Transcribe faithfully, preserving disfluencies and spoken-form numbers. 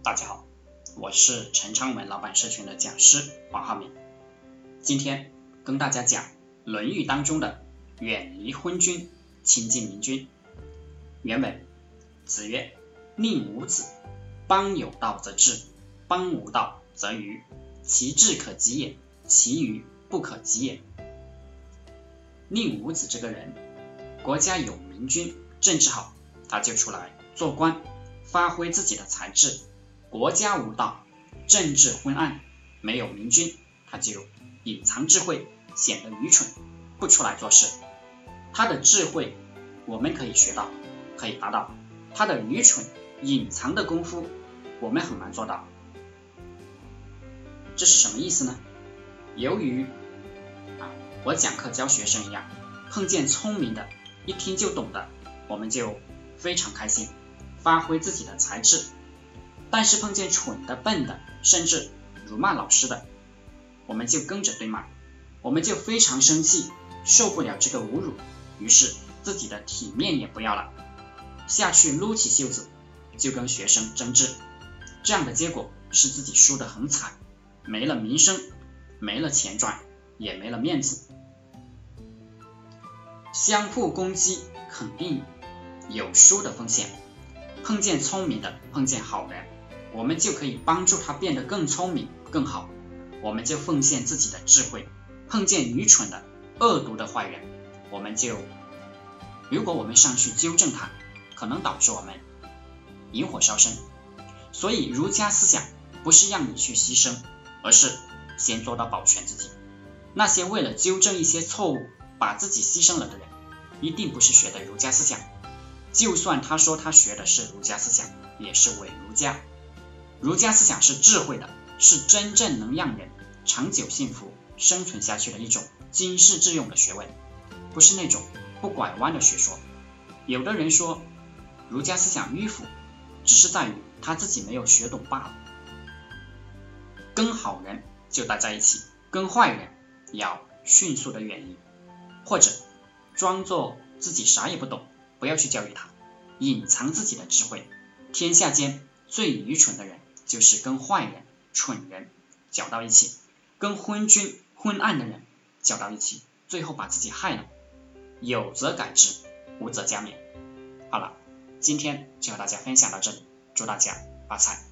大家好，我是陈昌文老板社群的讲师黄浩明。今天跟大家讲《论语》当中的远离昏君，亲近明君。原文：子曰：宁无子，邦有道则治，邦无道则愚。其治可及也，其愚不可及也。宁武子这个人，国家有明君，政治好，他就出来做官，发挥自己的才智。国家无道，政治昏暗，没有明君，他就隐藏智慧，显得愚蠢，不出来做事。他的智慧我们可以学到，可以达到，他的愚蠢隐藏的功夫我们很难做到。这是什么意思呢？由于啊，我讲课教学生一样，碰见聪明的，一听就懂的，我们就非常开心，发挥自己的才智。但是碰见蠢的、笨的，甚至辱骂老师的，我们就跟着对骂，我们就非常生气，受不了这个侮辱，于是自己的体面也不要了，下去撸起袖子就跟学生争执。这样的结果是自己输得很惨，没了名声，没了钱赚，也没了面子。相互攻击肯定有输的风险，碰见聪明的，碰见好人，我们就可以帮助他变得更聪明更好，我们就奉献自己的智慧。碰见愚蠢的、恶毒的坏人，我们就如果我们上去纠正他，可能导致我们引火烧身。所以儒家思想不是让你去牺牲，而是先做到保全自己。那些为了纠正一些错误把自己牺牲了的人，一定不是学的儒家思想，就算他说他学的是儒家思想，也是伪儒家。儒家思想是智慧的，是真正能让人长久幸福生存下去的一种经世致用的学问，不是那种不拐弯的学说。有的人说儒家思想迂腐，只是在于他自己没有学懂罢了。跟好人就待在一起，跟坏人要迅速的远离，或者装作自己啥也不懂，不要去教育他，隐藏自己的智慧。天下间最愚蠢的人就是跟坏人、蠢人搅到一起，跟昏君、昏暗的人搅到一起，最后把自己害了。有则改之，无则加勉。好了，今天就和大家分享到这里，祝大家发财。